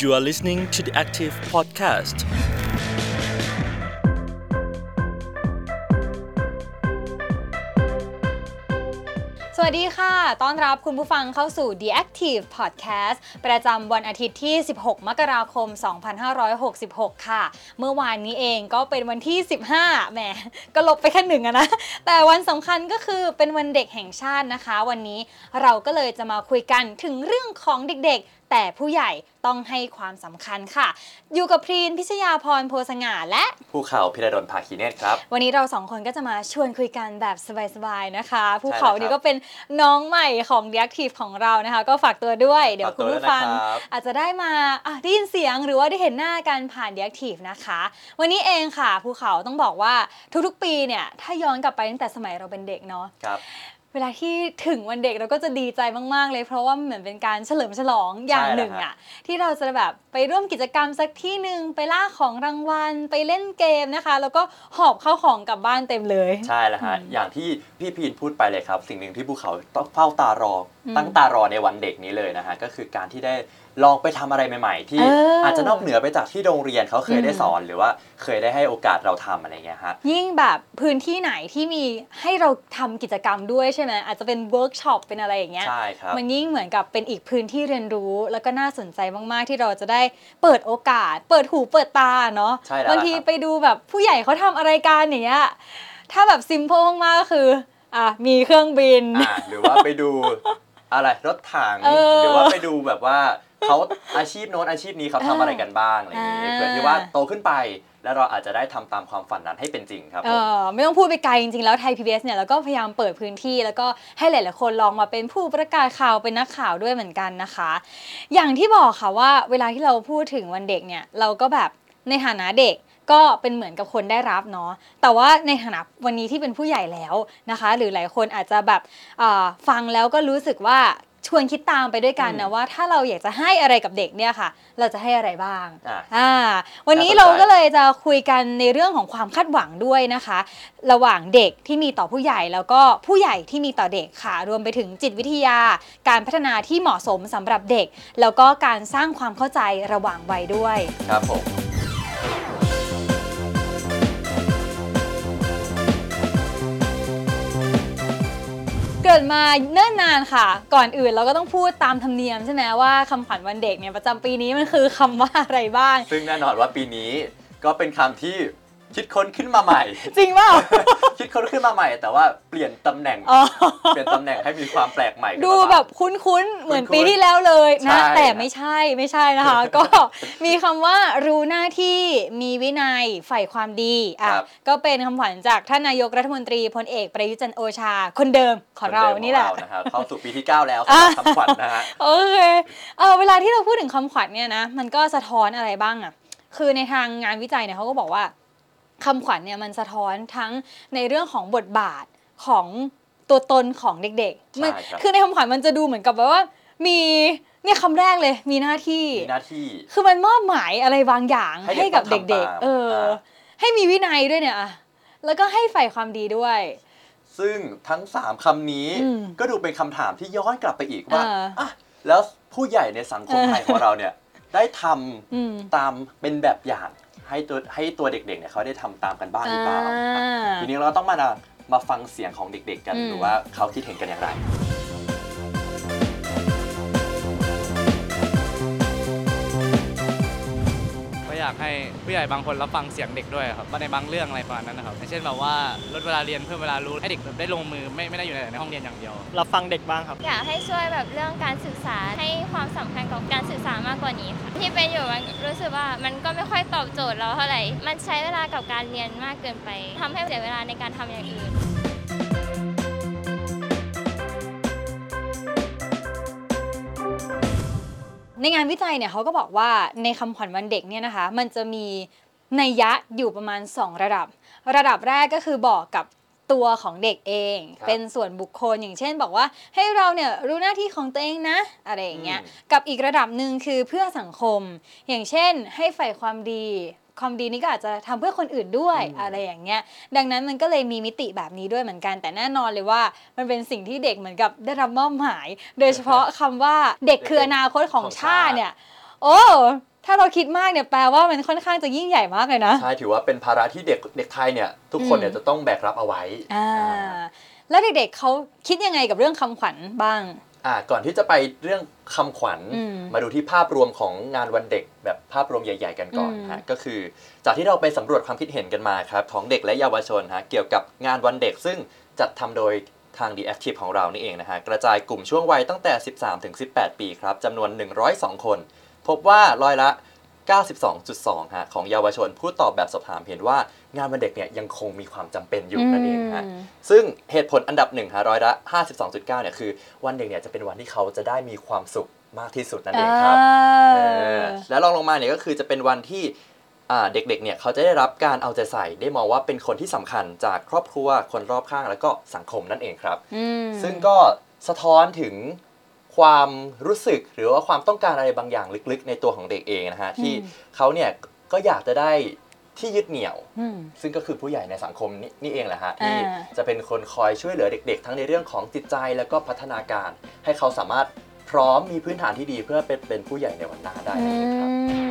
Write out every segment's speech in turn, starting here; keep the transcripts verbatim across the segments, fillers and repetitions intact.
You are listening to the Active Podcast. สวัสดีค่ะต้อนรับคุณผู้ฟังเข้าสู่ The Active Podcast ประจำวันอาทิตย์ที่สิบหกมกราคมสองพันห้าร้อยหกสิบหกค่ะเมื่อวานนี้เองก็เป็นวันที่สิบห้าแหมก็ลบไปแค่หนึ่งอะนะแต่วันสำคัญก็คือเป็นวันเด็กแห่งชาตินะคะวันนี้เราก็เลยจะมาคุยกันถึงเรื่องของเด็กๆแต่ผู้ใหญ่ต้องให้ความสำคัญค่ะอยู่กับพรีนพิชยาพรโพสง่าและภูเขาพิรดลภาคีเนตรครับวันนี้เราสองคนก็จะมาชวนคุยกันแบบสบายๆนะคะภูเขานี่ก็เป็นน้องใหม่ของ The Active ของเรานะคะก็ฝากตัวด้วยเดี๋ยวคุณผู้ฟังอาจจะได้มาได้ยินเสียงหรือว่าได้เห็นหน้ากันผ่าน The Active นะคะวันนี้เองค่ะภูเขาต้องบอกว่าทุกๆปีเนี่ยถ้าย้อนกลับไปตั้งแต่สมัยเราเป็นเด็กเนาะครับเวลาที่ถึงวันเด็กเราก็จะดีใจมากๆเลยเพราะว่าเหมือนเป็นการเฉลิมฉลองอย่างหนึ่งอ่ะที่เราจะแบบไปร่วมกิจกรรมสักที่นึงไปล่าของรางวัลไปเล่นเกมนะคะแล้วก็หอบเข้าของกลับบ้านเต็มเลยใช่แล้วฮะอย่างที่พี่พีนพูดไปเลยครับสิ่งหนึ่งที่ภูเขาต้องเฝ้าตารอตั้งตารอในวันเด็กนี้เลยนะฮะก็คือการที่ได้ลองไปทำอะไรใหม่ๆที่อาจจะนอกเหนือไปจากที่โรงเรียนเขาเคยได้สอนหรือว่าเคยได้ให้โอกาสเราทำอะไรเงี้ยฮะยิ่งแบบพื้นที่ไหนที่มีให้เราทำกิจกรรมด้วยใช่ไหมอาจจะเป็นเวิร์กช็อปเป็นอะไรอย่างเงี้ยใช่ครับมันยิ่งเหมือนกับเป็นอีกพื้นที่เรียนรู้แล้วก็น่าสนใจมากๆที่เราจะได้เปิดโอกาสเปิดหูเปิดตาเนาะบางทีไปดูแบบผู้ใหญ่เขาทำอะไรกันอย่างเงี้ยถ้าแบบซิมเพิลมากๆก็คืออ่ะมีเครื่องบินอ่ะหรือว่าไปดูอะไรรถถังหรือว่าไปดูแบบว่าเขาอาชีพโน้นอาชีพนี้เขาทำอะไรกันบ้างอะไรอย่างนี้เพื่อที่ว่าโตขึ้นไปแล้วเราอาจจะได้ทำตามความฝันนั้นให้เป็นจริงครับเออไม่ต้องพูดไปไกลจริงๆแล้วไทย พี บี เอส เนี่ยเราก็พยายามเปิดพื้นที่แล้วก็ให้หลายๆคนลองมาเป็นผู้ประกาศข่าวเป็นนักข่าวด้วยเหมือนกันนะคะอย่างที่บอกค่ะว่าเวลาที่เราพูดถึงวันเด็กเนี่ยเราก็แบบในฐานะเด็กก็เป็นเหมือนกับคนได้รับเนาะแต่ว่าในฐานะวันนี้ที่เป็นผู้ใหญ่แล้วนะคะหรือหลายคนอาจจะแบบฟังแล้วก็รู้สึกว่าชวนคิดตามไปด้วยกันนะว่าถ้าเราอยากจะให้อะไรกับเด็กเนี่ยค่ะเราจะให้อะไรบ้างอ่าวันนี้เราก็เลยจะคุยกันในเรื่องของความคาดหวังด้วยนะคะระหว่างเด็กที่มีต่อผู้ใหญ่แล้วก็ผู้ใหญ่ที่มีต่อเด็กค่ะรวมไปถึงจิตวิทยาการพัฒนาที่เหมาะสมสำหรับเด็กแล้วก็การสร้างความเข้าใจระหว่างวัยด้วยครับผมเกิดมาเนิ่นนานค่ะก่อนอื่นเราก็ต้องพูดตามธรรมเนียมใช่ไหมว่าคำขวัญวันเด็กเนี่ยประจำปีนี้มันคือคำว่าอะไรบ้างซึ่งแน่นอนว่าปีนี้ก็เป็นคำที่คิดค้นขึ้นมาใหม่จริงเปล่าคิดค้นขึ้นมาใหม่แต่ว่าเปลี่ยนตำแหน่งเปลี่ยนตำแหน่งให้มีความแปลกใหม่ดูแบบคุ้นๆเหมือนปีที่แล้วเลยนะแต่ไม่ใช่ไม่ใช่นะคะก็มีคำว่ารู้หน้าที่มีวินัยใฝ่ความดีอ่ะก็เป็นคำขวัญจากท่านนายกรัฐมนตรีพลเอกประยุทธ์จันทร์โอชาคนเดิมของเรานี่แหละเข้าสู่ปีที่เก้าแล้วสำหรับคำขวัญนะฮะโอเคเออเวลาที่เราพูดถึงคำขวัญเนี่ยนะมันก็สะท้อนอะไรบ้างอ่ะคือในทางงานวิจัยเนี่ยเขาก็บอกว่าคำขวัญเนี่ยมันสะท้อนทั้งในเรื่องของบทบาทของตัวตนของเด็กๆมันคือในคำขวัญมันจะดูเหมือนกับแบบว่ามีเนี่ยคำแรกเลยมีหน้าที่มีหน้าที่คือมันมอบหมายอะไรบางอย่างให้, ให้กับเด็กๆเออให้มีวินัยด้วยเนี่ยแล้วก็ให้ใฝ่ความดีด้วยซึ่งทั้งสามคำนี้ก็ดูเป็นคำถามที่ย้อนกลับไปอีกว่าอ่ะแล้วผู้ใหญ่ในสังคมไทยของเราเนี่ยได้ทำตามเป็นแบบอย่างให้ตัวให้ตัวเด็กๆเนี่ยเขาได้ทำตามกันบ้างหรือเปล่าทีนี้เราต้องมามาฟังเสียงของเด็กๆกันดูว่าเขาคิดเห็นกันอย่างไรอยากให้ผู้ใหญ่บางคนรับฟังเสียงเด็กด้วยครับในบางเรื่องอะไรประมาณนั้นนะครับอย่างเช่นแบบว่าลดเวลาเรียนเพิ่มเวลารู้ให้เด็กได้ลงมือไม่ไม่ได้อยู่ในห้องเรียนอย่างเดียวรับฟังเด็กบ้างครับอยากให้ช่วยแบบเรื่องการศึกษาให้ความสำคัญกับการศึกษามากกว่านี้ค่ะที่เป็นอยู่มันรู้สึกว่ามันก็ไม่ค่อยตอบโจทย์เราเท่าไหร่มันใช้เวลากับการเรียนมากเกินไปทำให้เสียเวลาในการทำอย่างอื่นในงานวิจัยเนี่ยเขาก็บอกว่าในคำขวัญวันเด็กเนี่ยนะคะมันจะมีนัยยะอยู่ประมาณสองระดับระดับแรกก็คือบอกกับตัวของเด็กเองเป็นส่วนบุคคลอย่างเช่นบอกว่าให้เราเนี่ยรู้หน้าที่ของตัวเองนะอะไรอย่างเงี้ยกับอีกระดับหนึ่งคือเพื่อสังคมอย่างเช่นให้ใฝ่ความดีความดีนี้ก็อาจจะทำเพื่อคนอื่นด้วยอะไรอย่างเงี้ยดังนั้นมันก็เลยมีมิติแบบนี้ด้วยเหมือนกันแต่แน่นอนเลยว่ามันเป็นสิ่งที่เด็กเหมือนกับได้รับมอบหมายโดยเฉพาะคำว่าเด็กคืออนาคตของชาติเนี่ยโอ้ถ้าเราคิดมากเนี่ยแปลว่ามันค่อนข้างจะยิ่งใหญ่มากเลยนะใช่ถือว่าเป็นภาระที่เด็กเด็กไทยเนี่ยทุกคนเนี่ยจะต้องแบกรับเอาไว้อ่าแล้วเด็กๆเขาคิดยังไงกับเรื่องคำขวัญบ้างอ่าก่อนที่จะไปเรื่องคำขวัญมาดูที่ภาพรวมของงานวันเด็กแบบภาพรวมใหญ่ๆกันก่อนฮะก็คือจากที่เราไปสำรวจความคิดเห็นกันมาครับของเด็กและเยาวชนฮะเกี่ยวกับงานวันเด็กซึ่งจัดทำโดยทาง The Active ของเรานี่เองนะฮะกระจายกลุ่มช่วงวัยตั้งแต่ สิบสามถึงสิบแปด ปีครับจำนวนหนึ่งร้อยสองคนพบว่าร้อยละ เก้าสิบสองจุดสอง ฮะของเยาวชนผู้ตอบแบบสอบถามเห็นว่างานวันเด็กเนี่ยยังคงมีความจำเป็นอยู่นั่นเองฮะซึ่งเหตุผลอันดับหนึ่งฮะร้อยละ ห้าสิบสองจุดเก้า เนี่ยคือวันเด็กเนี่ยจะเป็นวันที่เขาจะได้มีความสุขมากที่สุดนั่นเองครับแล้วรองลงมาเนี่ยก็คือจะเป็นวันที่เด็กๆเนี่ยเขาจะได้รับการเอาใจใส่ได้มองว่าเป็นคนที่สำคัญจากครอบครัวคนรอบข้างแล้วก็สังคมนั่นเองครับซึ่งก็สะท้อนถึงความรู้สึกหรือว่าความต้องการอะไรบางอย่างลึกๆในตัวของเด็กเองนะฮะที่เขาเนี่ยก็อยากจะได้ที่ยึดเหนี่ยวซึ่งก็คือผู้ใหญ่ในสังคมนนี่เองแหละฮะที่จะเป็นคนคอยช่วยเหลือเด็กๆทั้งในเรื่องของจิตใจแล้วก็พัฒนาการให้เขาสามารถพร้อมมีพื้นฐานที่ดีเพื่อเป็นเป็นผู้ใหญ่ในวันหน้าได้นะครับ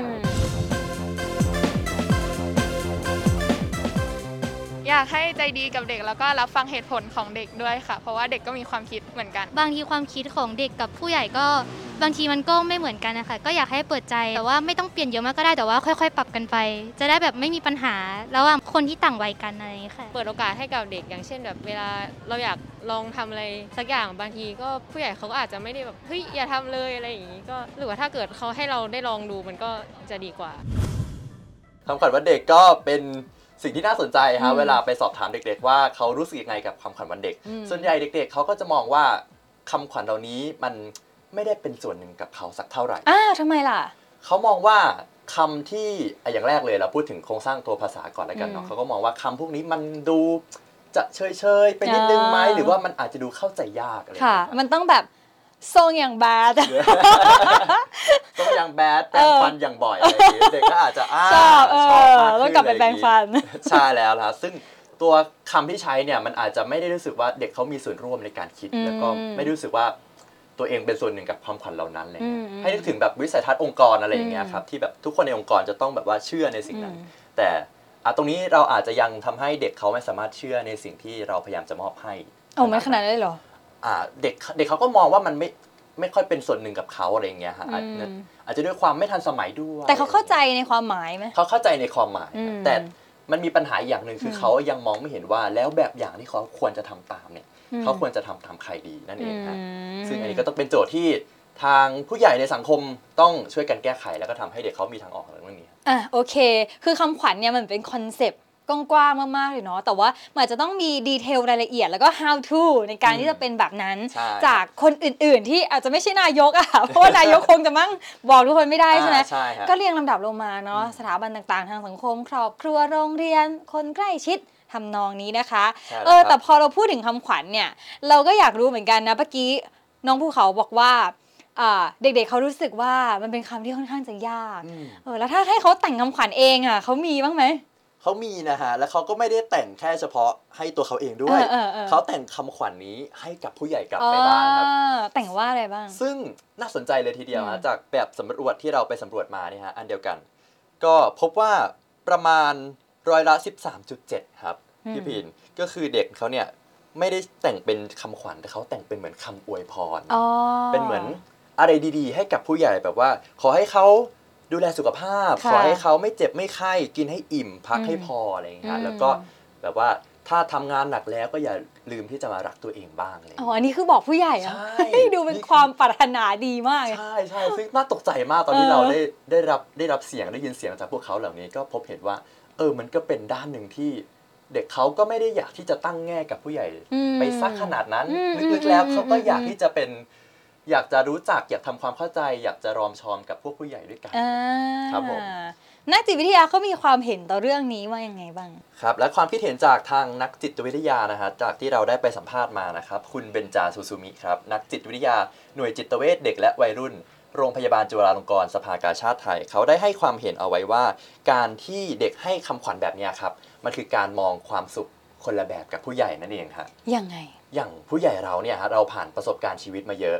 อยากให้ใจดีกับเด็กแล้วก็รับฟังเหตุผลของเด็กด้วยค่ะเพราะว่าเด็กก็มีความคิดเหมือนกันบางทีความคิดของเด็กกับผู้ใหญ่ก็บางทีมันก็ไม่เหมือนกันนะคะก็อยากให้เปิดใจแต่ว่าไม่ต้องเปลี่ยนเยอะมากก็ได้แต่ว่าค่อยๆปรับกันไปจะได้แบบไม่มีปัญหาระหว่างคนที่ต่างวัยกันอะไรอย่างนี้ค่ะเปิดโอกาสให้กับเด็กอย่างเช่นแบบเวลาเราอยากลองทำอะไรสักอย่างบางทีก็ผู้ใหญ่เขาก็อาจจะไม่ได้แบบเฮ้ยอย่าทำเลยอะไรอย่างนี้ก็หรือว่าถ้าเกิดเขาให้เราได้ลองดูมันก็จะดีกว่าคำขวัญวันเด็กก็เป็นสิ่งที่น่าสนใจฮะเวลาไปสอบถามเด็กๆว่าเขารู้สึกยังไงกับคำขวัญวันเด็กส่วนใหญ่เด็กๆเขาก็จะมองว่าคำขวัญเหล่านี้มันไม่ได้เป็นส่วนหนึ่งกับเขาสักเท่าไหร่อ้าวทำไมล่ะเขามองว่าคำที่อย่างแรกเลยเราพูดถึงโครงสร้างตัวภาษาก่อนแล้วกันเนาะเขาก็มองว่าคำพวกนี้มันดูจะเฉยๆไปนิดนึงไหมหรือว่ามันอาจจะดูเข้าใจยากอะไรค่ะมันต้องแบบทรงอย่างแบดทรงอย่างแบดแปรงฟันอย่างบ่อยอะไรอย่างเงี้ยเด็กก็อาจจะอ้าชอบชอบมากขึ้นต้องกลับไปแปรงฟันใช่แล้วนะซึ่งตัวคำที่ใช้เนี่ยมันอาจจะไม่ได้รู้สึกว่าเด็กเขามีส่วนร่วมในการคิดแล้วก็ไม่รู้สึกว่าตัวเองเป็นส่วนหนึ่งกับความขวัญเหล่านั้นเลยให้นึกถึงแบบวิสัยทัศน์องค์กรอะไรอย่างเงี้ยครับที่แบบทุกคนในองค์กรจะต้องแบบว่าเชื่อในสิ่งนั้นแต่ตรงนี้เราอาจจะยังทำให้เด็กเขาไม่สามารถเชื่อในสิ่งที่เราพยายามจะมอบให้โอ้ไม่ขนาดนั้นเลยเหรออ่าเด็กเด็กเขาก็มองว่ามันไม่ไม่ค่อยเป็นส่วนหนึ่งกับเขาอะไรอย่างเงี้ยฮะอาจจะด้วยความไม่ทันสมัยด้วยแต่เขาเข้าใจในความหมายไหมเขาเข้าใจในความหมายแต่มันมีปัญหาอย่างหนึ่งคือเขายังมองไม่เห็นว่าแล้วแบบอย่างที่เขาควรจะทำตามเนี่ยเขาควรจะทำตามใครดีนั่นเองฮะซึ่งอันนี้ก็ต้องเป็นโจทย์ที่ทางผู้ใหญ่ในสังคมต้องช่วยกันแก้ไขแล้วก็ทำให้เด็กเขามีทางออกในเรื่องนี้อ่ะโอเคคือคำขวัญเนี่ยมันเป็นคอนเซปต์กว้างๆมากๆเลยเนาะแต่ว่ามันอาจจะต้องมีดีเทลรายละเอียดแล้วก็ how to ในการที่จะเป็นแบบนั้นจากคนอื่นๆที่อาจจะไม่ใช่นายกอะเพราะว่านายกคงจะมั่งบอกทุกคนไม่ได้ใช่ไหมก็เรียงลำดับลงมาเนาะสถาบันต่างๆทางสังคมครอบครัวโรงเรียนคนใกล้ชิดทำนองนี้นะคะเออแต่พอเราพูดถึงคำขวัญเนี่ยเราก็อยากรู้เหมือนกันนะเมื่อกี้น้องภูเขาบอกว่าเด็กๆเขารู้สึกว่ามันเป็นคำที่ค่อนข้างจะยากเออแล้วถ้าให้เขาแต่งคำขวัญเองอะเขามีบ้างไหมเขามีนะฮะแล้วเขาก็ไม่ได้แต่งแค่เฉพาะให้ตัวเขาเองด้วย เออเออเออเขาแต่งคำขวัญ น, นี้ให้กับผู้ใหญ่กลับไปบ้างครับแต่งว่าอะไรบ้างซึ่งน่าสนใจเลยทีเดียวนะจากแบบสำรวจที่เราไปสำรวจมาเนี่ยฮะอันเดียวกันก็พบว่าประมาณร้อยละ สิบสามจุดเจ็ด ครับพี่พินก็คือเด็กเขาเนี่ยไม่ได้แต่งเป็นคำขวัญแต่เขาแต่งเป็นเหมือนคำอวยพรเป็นเหมือนอะไรดีๆให้กับผู้ใหญ่แบบว่าขอให้เขาดูแลสุขภาพขอให้เขาไม่เจ็บไม่ไข้กินให้อิ่มพักให้พออะไรอย่างเงี้ยแล้วก็แบบว่าถ้าทำงานหนักแล้วก็อย่าลืมที่จะมารักตัวเองบ้างเลยอ๋ออันนี้คือบอกผู้ใหญ่อะดูเป็นความปรารถนาดีมากใช่ใช่ซึ่งน่าตกใจมากตอนที่เราได้ได้รับได้รับเสียงได้ยินเสียงจากพวกเขาเหล่านี้ก็พบเห็นว่าเออมันก็เป็นด้านหนึ่งที่เด็กเขาก็ไม่ได้อยากที่จะตั้งแง่กับผู้ใหญ่ไปซักขนาดนั้นลึกๆแล้วเขาก็อยากที่จะเป็นอยากจะรู้จักอยากทำความเข้าใจอยากจะรอมชอมกับพวกผู้ใหญ่ด้วยกันครับผมนักจิตวิทยาเขามีความเห็นต่อเรื่องนี้ว่ายังไงบ้างครับและความคิดเห็นจากทางนักจิตวิทยานะฮะจากที่เราได้ไปสัมภาษณ์มานะครับคุณเบญจาซูซูมิครับนักจิตวิทยาหน่วยจิตเวชเด็กและวัยรุ่นโรงพยาบาลจุฬาลงกรณ์สภากาชาดไทยเขาได้ให้ความเห็นเอาไว้ว่าการที่เด็กให้คำขวัญแบบนี้ครับมันคือการมองความสุขคนละแบบกับผู้ใหญ่นั่นเองครับยังไงอย่างผู้ใหญ่เราเนี่ยฮะเราผ่านประสบการณ์ชีวิตมาเยอะ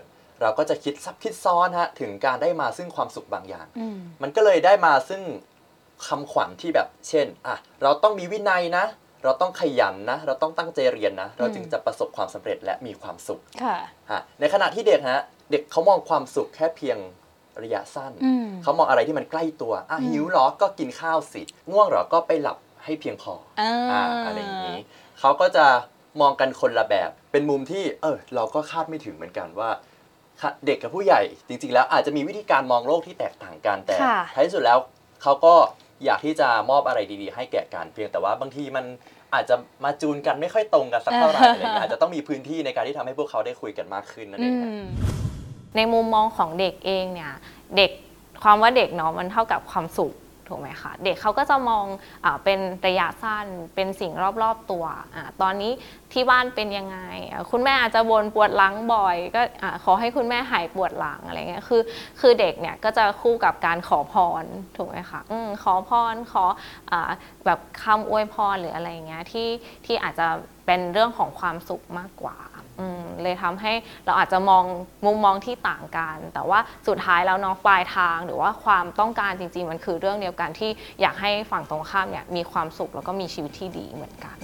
เราก็จะคิดซับคิดซ้อนฮะถึงการได้มาซึ่งความสุขบางอย่างอืมมันก็เลยได้มาซึ่งคำขวัญที่แบบเช่นอ่ะเราต้องมีวินัยนะเราต้องขยันนะเราต้องตั้งใจเรียนนะเราจึงจะประสบความสำเร็จและมีความสุขค่ะฮะในขณะที่เด็กฮะเด็กเขามองความสุขแค่เพียงระยะสั้นอืมเขามองอะไรที่มันใกล้ตัวอ่ะหิวเหรอก็กินข้าวสิง่วงเหรอก็ไปหลับให้เพียงพออ่าอ่าอะไรอย่างนี้เขาก็จะมองกันคนละแบบเป็นมุมที่เออเราก็คาดไม่ถึงเหมือนกันว่าเด็กกับผู้ใหญ่จริงๆแล้วอาจจะมีวิธีการมองโลกที่แตกต่างกันแต่ค่ะท้ายสุดแล้วเขาก็อยากที่จะมอบอะไรดีๆให้แก่กันเพียงแต่ว่าบางทีมันอาจจะมาจูนกันไม่ค่อยตรงกันสักเท่าไหร่อะไรอย่างเงี้ยอาจจะต้องมีพื้นที่ในการที่ทำให้พวกเขาได้คุยกันมากขึ้นนั่นเองครับในมุมมองของเด็กเองเนี่ยเด็กความว่าเด็กเนาะมันเท่ากับความสุขถูกไหมคะเด็กเขาก็จะมองอ่าเป็นระยะสั้นเป็นสิ่งรอบๆตัวอ่าตอนนี้ที่บ้านเป็นยังไงอ่าคุณแม่อาจจะบ่นปวดหลังบ่อยก็อ่าขอให้คุณแม่หายปวดหลังอะไรเงี้ยคือคือเด็กเนี่ยก็จะคู่กับการขอพรถูกไหมคะอืมขอพรขออ่าแบบคำอวยพรหรืออะไรเงี้ยที่ที่อาจจะเป็นเรื่องของความสุขมากกว่าเลยทำให้เราอาจจะมองมุมมองที่ต่างกันแต่ว่าสุดท้ายแล้วเนาะปลายทางหรือว่าความต้องการจริงๆมันคือเรื่องเดียวกันที่อยากให้ฝั่งตรงข้ามเนี่ยมีความสุขแล้วก็มีชีวิตที่ดีเหมือนกัน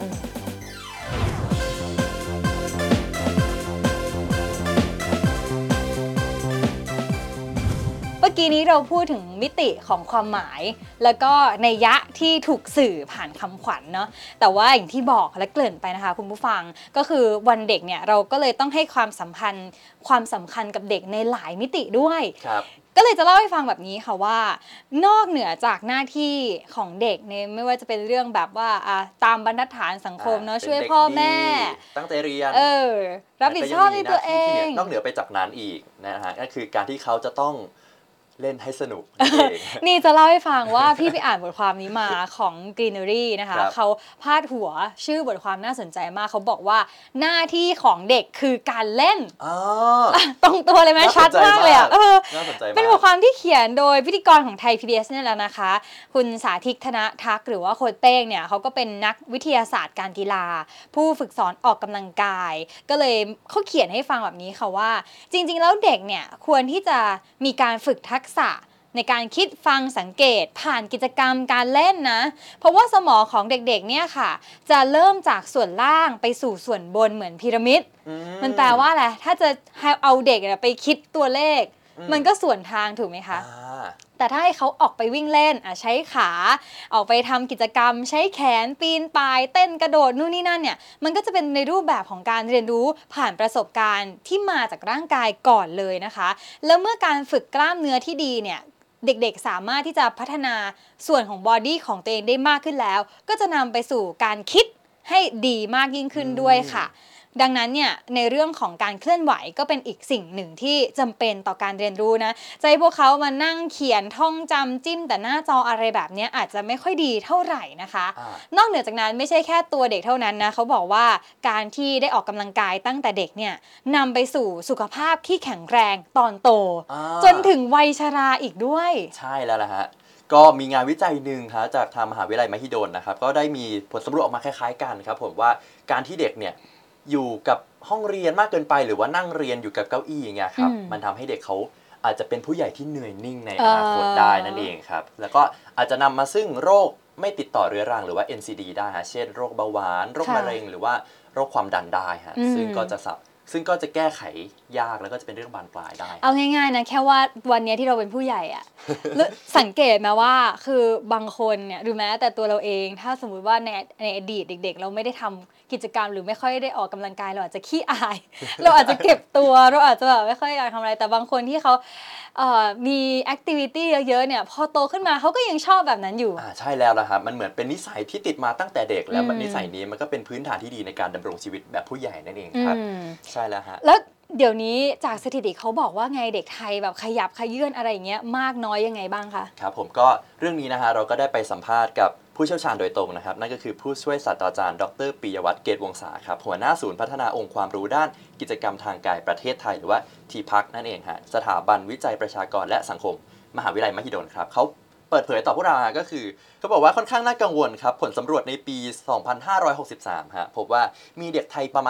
เมื่อกี้นี้เราพูดถึงมิติของความหมายแล้วก็นัยยะที่ถูกสื่อผ่านคำขวัญเนาะแต่ว่าอย่างที่บอกและเกริ่นไปนะคะคุณผู้ฟังก็คือวันเด็กเนี่ยเราก็เลยต้องให้ความสัมพันธ์ความสำคัญกับเด็กในหลายมิติด้วยครับก็เลยจะเล่าให้ฟังแบบนี้ค่ะว่านอกเหนือจากหน้าที่ของเด็กเนี่ยไม่ว่าจะเป็นเรื่องแบบว่าตามบรรทัดฐานสังคมเนาะช่วยพ่อแม่ตั้งใจเรียนเออรับผิดชอบในตัวเองนอกเหนือไปจากนั้นอีกนะฮะก็คือการที่เขาจะต้องเล่นให้สนุกนี่จะเล่าให้ฟังว่าพี่ไปอ่านบทความนี้มาของ Greenery นะคะเขาพาดหัวชื่อบทความน่าสนใจมากเขาบอกว่าหน้าที่ของเด็กคือการเล่นตรงตัวเลยไหมชัดมากเลยอ่ะเป็นบทความที่เขียนโดยพิธีกรของไทย พี บี เอส เนี่ยแหละนะคะคุณสาธิตธนทักษ์หรือว่าโค้ชเป้งเนี่ยเขาก็เป็นนักวิทยาศาสตร์การกีฬาผู้ฝึกสอนออกกำลังกายก็เลยเขาเขียนให้ฟังแบบนี้ค่ะว่าจริงๆแล้วเด็กเนี่ยควรที่จะมีการฝึกทักษะในการคิดฟังสังเกตผ่านกิจกรรมการเล่นนะเพราะว่าสมองของเด็กๆเนี่ยค่ะจะเริ่มจากส่วนล่างไปสู่ส่วนบนเหมือนพีระมิดมันแปลว่าอะไรถ้าจะเอาเด็กไปคิดตัวเลขมันก็ส่วนทางถูกไหมคะแต่ถ้าให้เขาออกไปวิ่งเล่นใช้ขาออกไปทำกิจกรรมใช้แขนปีนป่ายเต้นกระโดดนู่นนี่นั่นเนี่ยมันก็จะเป็นในรูปแบบของการเรียนรู้ผ่านประสบการณ์ที่มาจากร่างกายก่อนเลยนะคะแล้วเมื่อการฝึกกล้ามเนื้อที่ดีเนี่ยเด็กๆสามารถที่จะพัฒนาส่วนของบอดี้ของตัวเองได้มากขึ้นแล้วก็จะนำไปสู่การคิดให้ดีมากยิ่งขึ้นด้วยค่ะดังนั้นเนี่ยในเรื่องของการเคลื่อนไหวก็เป็นอีกสิ่งหนึ่งที่จำเป็นต่อการเรียนรู้นะจะให้พวกเขามานั่งเขียนท่องจำจิ้มแต่หน้าจออะไรแบบนี้อาจจะไม่ค่อยดีเท่าไหร่นะคะนอกเหนือจากนั้นไม่ใช่แค่ตัวเด็กเท่านั้นนะเขาบอกว่าการที่ได้ออกกำลังกายตั้งแต่เด็กเนี่ยนำไปสู่สุขภาพที่แข็งแรงตอนโตจนถึงวัยชราอีกด้วยใช่แล้วล่ะฮะก็มีงานวิจัยหนึ่งฮะจากทางมหาวิทยาลัยมหิดลนะครับก็ได้มีผลสำรวจออกมาคล้ายๆกันครับผมว่าการที่เด็กเนี่ยอยู่กับห้องเรียนมากเกินไปหรือว่านั่งเรียนอยู่กับเก้าอี้อย่างเงี้ยครับมันทำให้เด็กเขาอาจจะเป็นผู้ใหญ่ที่เหนื่อยนิ่งในอนาคตได้นั่นเองครับแล้วก็อาจจะนำมาซึ่งโรคไม่ติดต่อเรื้อรังหรือว่า เอ็น ซี ดี ได้ฮะเช่นโรคเบาหวานโรคมะเร็งหรือว่าโรคความดันได้ฮะซึ่งก็จะสับซึ่งก็จะแก้ไขยากแล้วก็จะเป็นเรื่องบานปลายได้เอาง่ายๆนะแค่ว่าวันนี้ที่เราเป็นผู้ใหญ่อะ สังเกตมาว่าคือบางคนเนี่ยหรือแม้แต่ตัวเราเองถ้าสมมุติว่าในในอดีตเด็กๆเราไม่ได้ทำกิจกรรมหรือไม่ค่อยได้ออกกำลังกายเราอาจจะขี้อาย เราอาจจะเก็บตัวเราอาจจะแบบไม่ค่อยอยากทำอะไรแต่บางคนที่เขาเอ่อมีแอคทิวิตี้เยอะๆเนี่ยพอโตขึ้นมาเขาก็ยังชอบแบบนั้นอยู่อ่าใช่แล้วละครับมันเหมือนเป็นนิสัยที่ติดมาตั้งแต่เด็กแล้วนิสัยนี้มันก็เป็นพื้นฐานที่ดีในการดำรงชีวิตแบบผู้ใหญ่นั่นเองครับใช่แล้วฮะแล้วเดี๋ยวนี้จากสถิติเขาบอกว่าไงเด็กไทยแบบขยับขยื่นอะไรอย่างเงี้ยมากน้อยยังไงบ้างคะครับผมก็เรื่องนี้นะฮะเราก็ได้ไปสัมภาษณ์กับผู้เชี่ยวชาญโดยตรงนะครับนั่นก็คือผู้ช่วยศาสตราจารย์ดรปิยวัฒน์เกตวงศาครับหัวหน้าศูนย์พัฒนาองค์ความรู้ด้านกิจกรรมทางกายประเทศไทยหรือว่าทีพักนั่นเองฮะสถาบันวิจัยประชากรและสังคมมหาวิทยาลัยมหิดลครับเขาเปิดเผยต่อพวกเราก็คือเขาบอกว่าค่อนข้างน่ากังวลครับผลสำรวจในปีสองพันห้าร้อยหกสิบสามฮะพบว่ามีเด็กไทยประมาณ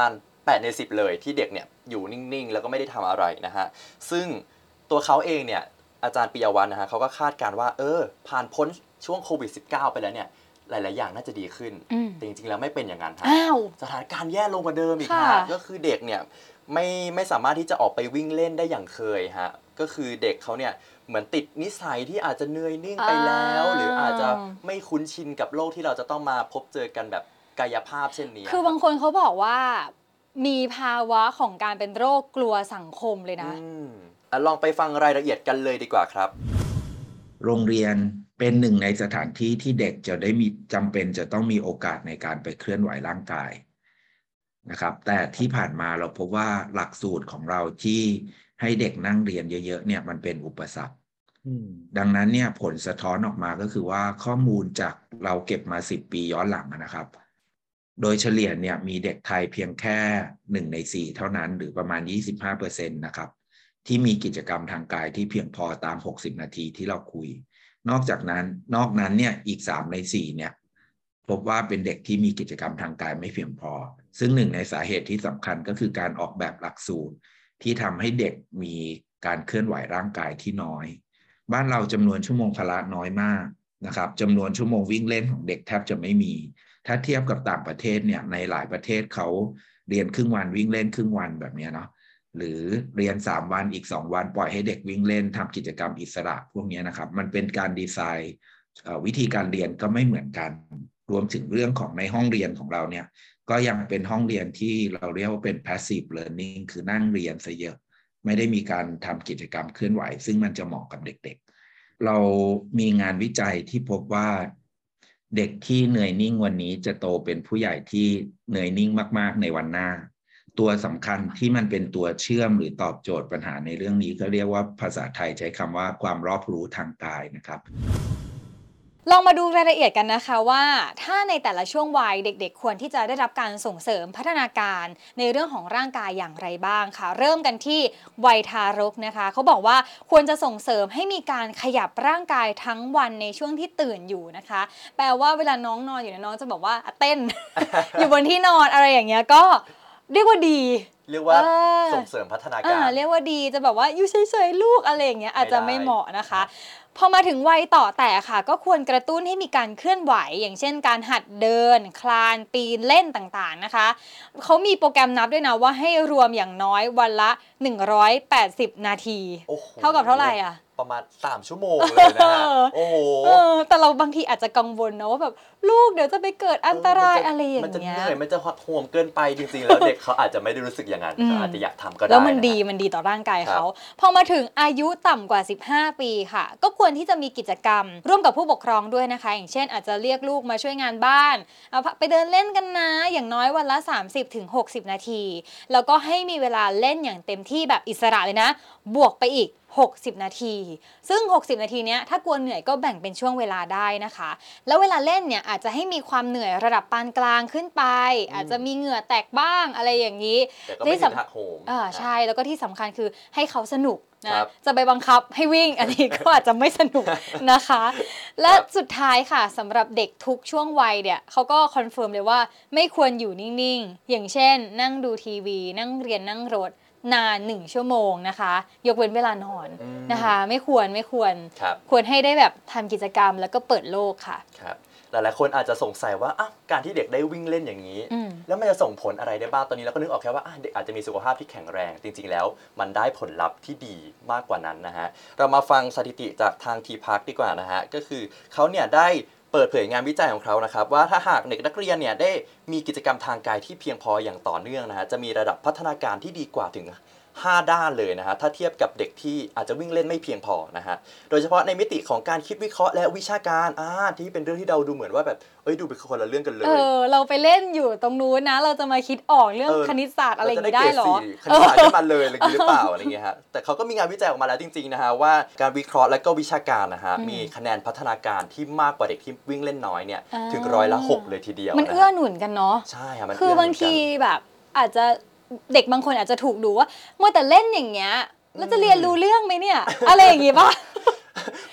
แปดในสิบเลยที่เด็กเนี่ยอยู่นิ่งๆแล้วก็ไม่ได้ทำอะไรนะฮะซึ่งตัวเขาเองเนี่ยอาจารย์ปิยวัฒน์นะฮะเขาก็คาดการณ์ว่าเออผ่านพ้นช่วงโควิด สิบเก้า ไปแล้วเนี่ยหลายๆอย่างน่าจะดีขึ้นแต่จริงๆแล้วไม่เป็นอย่างนั้นครับสถานการณ์แย่ลงกว่าเดิมอีกฮะก็คือเด็กเนี่ยไม่ไม่สามารถที่จะออกไปวิ่งเล่นได้อย่างเคยฮะก็คือเด็กเขาเนี่ยเหมือนติดนิสัยที่อาจจะเหนื่อยนิ่งไปแล้วหรืออาจจะไม่คุ้นชินกับโลกที่เราจะต้องมาพบเจอกันแบบกายภาพเช่นนี้คือบางคนเขาบอกว่ามีภาวะของการเป็นโรคกลัวสังคมเลยนะอ่ะลองไปฟังรายละเอียดกันเลยดีกว่าครับโรงเรียนเป็นหนึ่งในสถานที่ที่เด็กจะได้มีจำเป็นจะต้องมีโอกาสในการไปเคลื่อนไหวร่างกายนะครับแต่ที่ผ่านมาเราพบว่าหลักสูตรของเราที่ให้เด็กนั่งเรียนเยอะๆเนี่ยมันเป็นอุปสรรคดังนั้นเนี่ยผลสะท้อนออกมาก็คือว่าข้อมูลจากเราเก็บมาสิบปีย้อนหลังนะครับโดยเฉลี่ยเนี่ยมีเด็กไทยเพียงแค่หนึ่งในสี่เท่านั้นหรือประมาณ ยี่สิบห้าเปอร์เซ็นต์ นะครับที่มีกิจกรรมทางกายที่เพียงพอตามหกสิบนาทีที่เราคุยนอกจากนั้นนอกนั้นเนี่ยอีกสามในสี่เนี่ยพบว่าเป็นเด็กที่มีกิจกรรมทางกายไม่เพียงพอซึ่งหนึ่งในสาเหตุที่สำคัญก็คือการออกแบบหลักสูตรที่ทำให้เด็กมีการเคลื่อนไหวร่างกายที่น้อยบ้านเราจำนวนชั่วโมงพละน้อยมากนะครับจำนวนชั่วโมงวิ่งเล่นของเด็กแทบจะไม่มีถ้าเทียบกับต่างประเทศเนี่ยในหลายประเทศเขาเรียนครึ่งวันวิ่งเล่นครึ่งวันแบบนี้เนาะหรือเรียนสามวันอีกสองวันปล่อยให้เด็กวิ่งเล่นทำกิจกรรมอิสระพวกนี้นะครับมันเป็นการดีไซน์วิธีการเรียนก็ไม่เหมือนกันรวมถึงเรื่องของในห้องเรียนของเราเนี่ยก็ยังเป็นห้องเรียนที่เราเรียกว่าเป็น passive learning คือนั่งเรียนซะเยอะไม่ได้มีการทำกิจกรรมเคลื่อนไหวซึ่งมันจะเหมาะกับเด็กๆเรามีงานวิจัยที่พบว่าเด็กที่เหนื่อยนิ่งวันนี้จะโตเป็นผู้ใหญ่ที่เหนื่อยนิ่งมากๆในวันหน้าตัวสำคัญที่มันเป็นตัวเชื่อมหรือตอบโจทย์ปัญหาในเรื่องนี้ก็เรียกว่าภาษาไทยใช้คำว่าความรอบรู้ทางกายนะครับลองมาดูรายละเอียดกันนะคะว่าถ้าในแต่ละช่วงวัยเด็กๆควรที่จะได้รับการส่งเสริมพัฒนาการในเรื่องของร่างกายอย่างไรบ้างค่ะเริ่มกันที่วัยทารกนะคะเขาบอกว่าควรจะส่งเสริมให้มีการขยับร่างกายทั้งวันในช่วงที่ตื่นอยู่นะคะแปลว่าเวลาน้องนอนอยู่น้องจะบอกว่าเต้น อยู่บนที่นอนอะไรอย่างเงี้ยก็เรียกว่าดีเรียกว่าส่งเสริมพัฒนาการเรียกว่าดีจะแบบว่าอยู่เฉยๆลูกอะไรอย่างเงี้ยอาจจะไม่เหมาะนะคะพอมาถึงวัยต่อแต่ค่ะก็ควรกระตุ้นให้มีการเคลื่อนไหวอย่างเช่นการหัดเดินคลานปีนเล่นต่างๆนะคะเขามีโปรแกรมนับด้วยนะว่าให้รวมอย่างน้อยวันละหนึ่งร้อยแปดสิบนาทีเท่ากับเท่าไหร่อ่ะประมาณสามชั่วโมงเลยนะฮะโอ้โหแต่เราบางทีอาจจะกังวลนะว่าแบบลูกเดี๋ยวจะไปเกิดอันตรายอะไรอย่างเงี้ยมันจะเหนื่อยมันจะห่วงเกินไปจริงๆแล้วเด็กเขาอาจจะไม่ได้รู้สึกอย่างนั้นเขาอาจจะอยากทำก็ได้แล้วมันดีมันดีต่อร่างกายเขาพอมาถึงอายุต่ำกว่าสิบห้าปีค่ะก็ควรที่จะมีกิจกรรมร่วมกับผู้ปกครองด้วยนะคะอย่างเช่นอาจจะเรียกลูกมาช่วยงานบ้านเอาไปเดินเล่นกันนะอย่างน้อยวันละ สามสิบถึงหกสิบ นาทีแล้วก็ให้มีเวลาเล่นอย่างเต็มที่แบบอิสระเลยนะบวกไปอีกหกสิบนาทีซึ่งหกสิบนาทีเนี้ยถ้ากลัวเหนื่อยก็แบ่งเป็นช่วงเวลาได้นะคะแล้วเวลาเล่นเนี่ยอาจจะให้มีความเหนื่อยระดับปานกลางขึ้นไปอาจจะมีเหงื่อแตกบ้างอะไรอย่างนี้แต่ก็ไม่ถึงหักโหมอ่าใช่แล้วก็ที่สำคัญคือให้เขาสนุกนะจะไปบังคับให้วิ่งอันนี้ก็อาจจะไม่สนุกนะคะและสุดท้ายค่ะสำหรับเด็กทุกช่วงวัยเนี่ยเขาก็คอนเฟิร์มเลยว่าไม่ควรอยู่นิ่งๆอย่างเช่นนั่งดูทีวีนั่งเรียนนั่งรถนานหนึ่งชั่วโมงนะคะยกเว้นเวลานอนนะคะไม่ควรไม่ควรควรให้ได้แบบทำกิจกรรมแล้วก็เปิดโลกค่ะครับหลายๆคนอาจจะสงสัยว่าอ่ะการที่เด็กได้วิ่งเล่นอย่างนี้แล้วมันจะส่งผลอะไรได้บ้างตอนนี้เราก็นึกออกแค่ว่าเด็กอาจจะมีสุขภาพที่แข็งแรงจริงๆแล้วมันได้ผลลัพธ์ที่ดีมากกว่านั้นนะฮะเรามาฟังสถิติจากทางทีพาร์คดีกว่านะฮะก็คือเขาเนี่ยได้เปิดเผยงานวิจัยของเขานะครับว่าถ้าหากเด็กนักเรียนเนี่ยได้มีกิจกรรมทางกายที่เพียงพออย่างต่อเนื่องนะฮะจะมีระดับพัฒนาการที่ดีกว่าถึงห้าด้านเลยนะฮะถ้าเทียบกับเด็กที่อาจจะวิ่งเล่นไม่เพียงพอนะฮะโดยเฉพาะในมิติของการคิดวิเคราะห์และวิชาการอ่าที่เป็นเรื่องที่เราดูเหมือนว่าแบบเอ้ยดูเป็นคนละเรื่องกันเลยเออเราไปเล่นอยู่ตรงนู้นนะเราจะมาคิดออกเรื่องคณิตศาสตร์อะไรอย่างนี้ได้หรอคณิตศาสตร์ขึ้นมาเลยหรือเปล่าอะไรเงี้ยฮะแต่เขาก็มีงานวิจัยออกมาแล้วจริงๆนะฮะว่าการวิเคราะห์และก็วิชาการนะฮะมีคะแนนพัฒนาการที่มากกว่าเด็กที่วิ่งเล่นน้อยเนี่ยถึงร้อยละหกเลยทีเดียวมันเอื้อหนุนกันเนาะใช่ค่ะมันคือบางทีแบบอาจจะเด็กบางคนอาจจะถูกดูว่ามัวแต่เล่นอย่างเงี้ยแล้วจะเรียนรู้เรื่องไหมเนี่ยอะไรอย่างงี้ป่ะ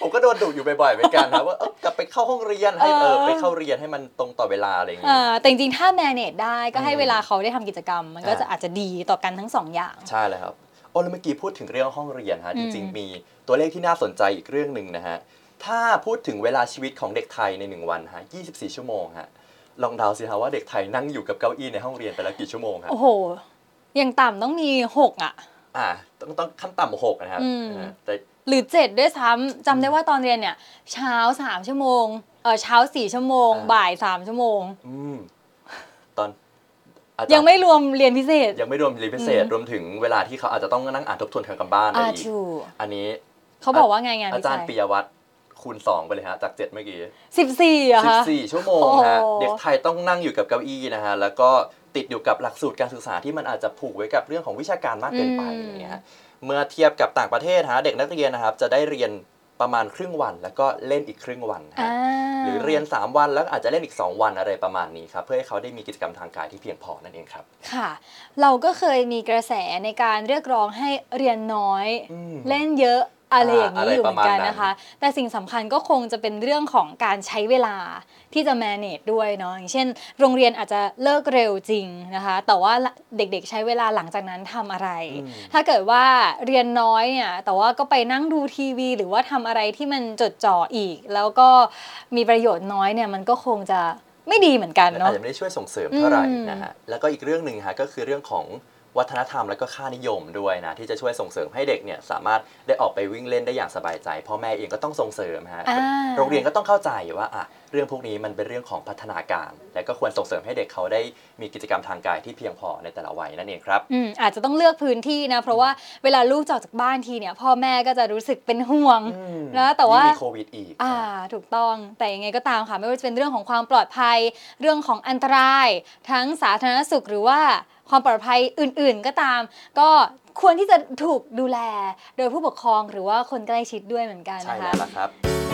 ผมก็โดนดุอยู่บ่อยๆเหมือนกันนะว่าเออกลับไปเข้าห้องเรียนให้เออไปเข้าเรียนให้มันตรงต่อเวลาอะไรอย่างเงี้ยแต่จริงๆถ้า manage ได้ก็ให้เวลาเขาได้ทำกิจกรรมมันก็จะอาจจะดีต่อกันทั้งสองอย่างใช่เลยครับโอ้แล้วเมื่อกี้พูดถึงเรื่องห้องเรียนฮะจริงๆมีตัวเลขที่น่าสนใจอีกเรื่องนึงนะฮะถ้าพูดถึงเวลาชีวิตของเด็กไทยในหนึ่งวันฮะยี่สิบสี่ชั่วโมงฮะลองเดาสิฮะว่าเด็กไทยนั่งอยู่กับเก้าอี้ในห้องเรียนไปแล้วกี่ชั่วโมงฮะโอ้โหอย่างต่ำต้องมีหกอ่ะอ่าต้องต้องขั้นต่ำหกนะครับแต่หรือเจ็ดด้วยซ้ำจำได้ว่าตอนเรียนเนี่ยเช้าสามชั่วโมงเออเช้าสี่ชั่วโมงบ่ายสามชั่วโมงอืมตอนยังไม่รวมเรียนพิเศษยังไม่รวมเรียนพิเศษรวมถึงเวลาที่เขาอาจจะต้องนั่งอ่านทบทวนทางการบ้านอะไรอีกอันนี้เขาบอกว่าไงงานอาจารย์ปิยวัฒน์คูณสองไปเลยฮะจากเจ็ดเมื่อกี้สิบสี่อะคะสิบสี่ชั่วโมงฮะเด็กไทยต้องนั่งอยู่กับเก้าอี้นะฮะแล้วก็ติดอยู่กับหลักสูตรการศึกษาที่มันอาจจะผูกไว้กับเรื่องของวิชาการมากเกินไปอย่างเงี้ยเมื่อเทียบกับต่างประเทศฮะเด็กนักเรียนนะครับจะได้เรียนประมาณครึ่งวันแล้วก็เล่นอีกครึ่งวันฮะหรือเรียนสามวันแล้วอาจจะเล่นอีกสองวันอะไรประมาณนี้ครับเพื่อให้เขาได้มีกิจกรรมทางกายที่เพียงพอนั่นเองครับค่ะเราก็เคยมีกระแสในการเรียกร้องให้เรียนน้อยเล่นเยอะอะไรอย่างนี้อยู่เหมือนกันนะคะแต่สิ่งสำคัญก็คงจะเป็นเรื่องของการใช้เวลาที่จะ manage ด้วยเนาะอย่างเช่นโรงเรียนอาจจะเลิกเร็วจริงนะคะแต่ว่าเด็กๆใช้เวลาหลังจากนั้นทำอะไรถ้าเกิดว่าเรียนน้อยเนี่ยแต่ว่าก็ไปนั่งดูทีวีหรือว่าทำอะไรที่มันจดจ่ออีกแล้วก็มีประโยชน์น้อยเนี่ยมันก็คงจะไม่ดีเหมือนกันเนาะอาจจะไม่ได้ช่วยส่งเสริมเท่าไหร่นะฮะแล้วก็อีกเรื่องนึงฮะก็คือเรื่องของวัฒนธรรมและก็ค่านิยมด้วยนะที่จะช่วยส่งเสริมให้เด็กเนี่ยสามารถได้ออกไปวิ่งเล่นได้อย่างสบายใจพ่อแม่เองก็ต้องส่งเสริมฮะโรงเรียนก็ต้องเข้าใจว่าอ่ะเรื่องพวกนี้มันเป็นเรื่องของพัฒนาการและก็ควรส่งเสริมให้เด็กเขาได้มีกิจกรรมทางกายที่เพียงพอในแต่ละวัยนั่นเองครับอืมอาจจะต้องเลือกพื้นที่นะเพราะว่าเวลาลูกออกจากบ้านทีเนี่ยพ่อแม่ก็จะรู้สึกเป็นห่วงนะแต่ว่ามีโควิดอีกอ่าถูกต้องแต่ยังไงก็ตามค่ะไม่ว่าจะเป็นเรื่องของความปลอดภัยเรื่องของอันตรายทั้งสาธารณสุขหรือว่าความปลอดภัยอื่นๆก็ตามก็ควรที่จะถูกดูแลโดยผู้ปกครองหรือว่าคนใกล้ชิดด้วยเหมือนกันนะคะใช่แล้วล่ะครับ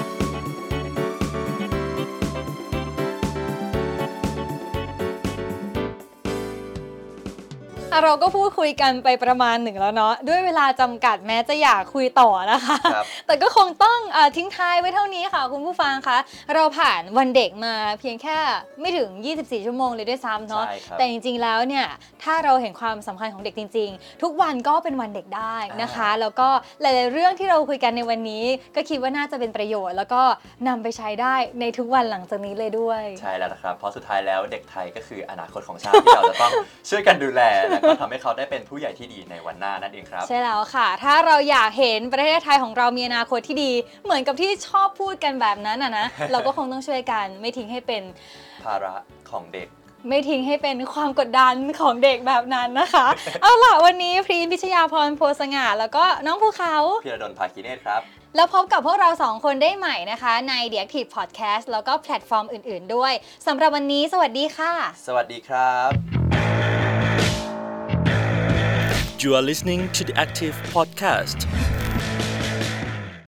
เราก็พูดคุยกันไปประมาณหนึ่งแล้วเนาะด้วยเวลาจำกัดแม้จะอยากคุยต่อนะคะแต่ก็คงต้องอทิ้งท้ายไว้เท่านี้ค่ะคุณผู้ฟังคะเราผ่านวันเด็กมาเพียงแค่ไม่ถึงยี่สิบสี่ชั่วโมงเลยด้วยซ้ำเนาะแต่จริงๆแล้วเนี่ยถ้าเราเห็นความสำคัญของเด็กจริงๆทุกวันก็เป็นวันเด็กได้นะคะแล้วก็หลายๆเรื่องที่เราคุยกันในวันนี้ก็คิดว่าน่าจะเป็นประโยชน์แล้วก็นำไปใช้ได้ในทุกวันหลังจากนี้เลยด้วยใช่แล้วนะครับเพราะสุดท้ายแล้วเด็กไทยก็คืออนาคตของชาติที่เราจะต้องช่วยกันดูแลก็ทำให้เขาได้เป็นผู้ใหญ่ที่ดีในวันหน้านั่นเองครับใช่แล้วค่ะถ้าเราอยากเห็นประเทศไทยของเรามีอนาคตที่ดีเหมือนกับที่ชอบพูดกันแบบนั้นนะนะ เราก็คงต้องช่วยกันไม่ทิ้งให้เป็นภาระของเด็กไม่ทิ้งให้เป็นความกดดันของเด็กแบบนั้นนะคะ เอาล่ะวันนี้พรีมพิชยาพรโพสง่าแล้วก็น้องภูเขาพีระดลภาคีเนตรครับแล้วพบกับพวกเราสองคนได้ใหม่นะคะใน The Active Podcast แล้วก็แพลตฟอร์มอื่นๆด้วยสำหรับวันนี้สวัสดีค่ะสวัสดีครับ You are listening to the Active Podcast